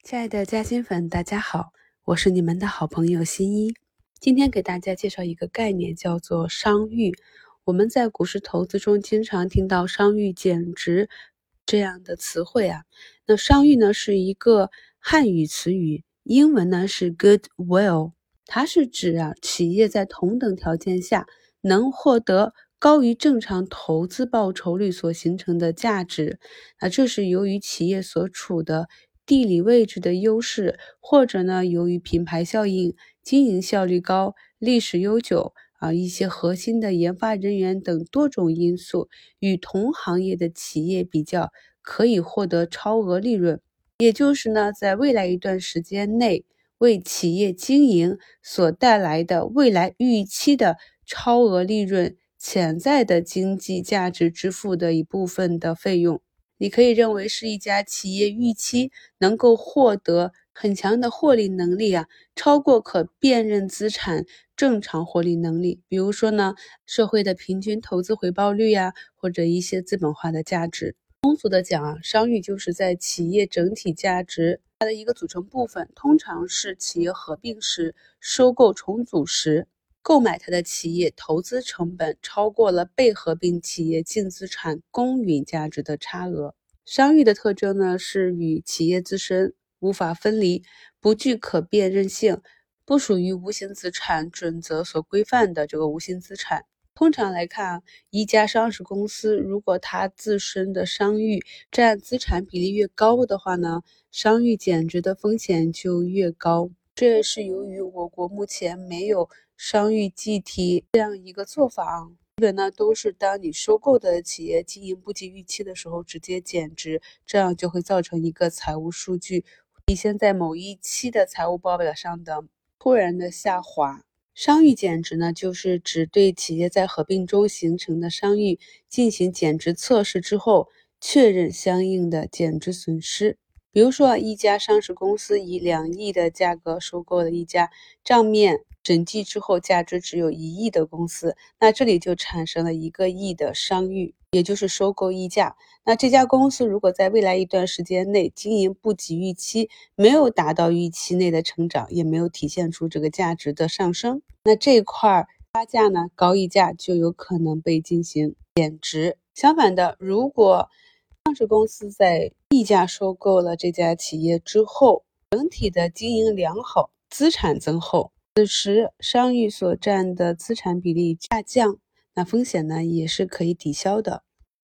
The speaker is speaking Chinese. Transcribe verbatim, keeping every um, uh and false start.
亲爱的嘉兴粉，大家好，我是你们的好朋友新一。今天给大家介绍一个概念，叫做商誉。我们在股市投资中经常听到商誉减值这样的词汇啊。那商誉呢是一个汉语词语，英文呢是 goodwill， 它是指啊企业在同等条件下能获得高于正常投资报酬率所形成的价值。那这是由于企业所处的地理位置的优势，或者呢由于品牌效应、经营效率高、历史悠久啊一些核心的研发人员等多种因素，与同行业的企业比较，可以获得超额利润。也就是呢，在未来一段时间内，为企业经营所带来的未来预期的超额利润，潜在的经济价值支付的一部分的费用。你可以认为是一家企业预期能够获得很强的获利能力啊，超过可辨认资产正常获利能力。比如说呢，社会的平均投资回报率呀，或者一些资本化的价值。通俗的讲啊，商誉就是在企业整体价值它的一个组成部分，通常是企业合并时、收购重组时，购买它的企业投资成本超过了被合并企业净资产公允价值的差额。商誉的特征呢，是与企业自身无法分离，不具可辨认性，不属于无形资产准则所规范的这个无形资产。通常来看，一家上市公司如果它自身的商誉占资产比例越高的话呢，商誉减值的风险就越高。这也是由于我国目前没有商誉计提这样一个做法，基本呢都是当你收购的企业经营不及预期的时候直接减值，这样就会造成一个财务数据体现在某一期的财务报表上的突然的下滑。商誉减值呢，就是指对企业在合并中形成的商誉进行减值测试之后，确认相应的减值损失。比如说，一家上市公司以两亿的价格收购了一家账面审计之后价值只有一亿的公司，那这里就产生了一个亿的商誉，也就是收购溢价。那这家公司如果在未来一段时间内经营不及预期，没有达到预期内的成长，也没有体现出这个价值的上升，那这一块差价呢，高溢价就有可能被进行减值。相反的，如果上市公司在溢价收购了这家企业之后，整体的经营良好，资产增厚，此时商誉所占的资产比例下降，那风险呢也是可以抵消的。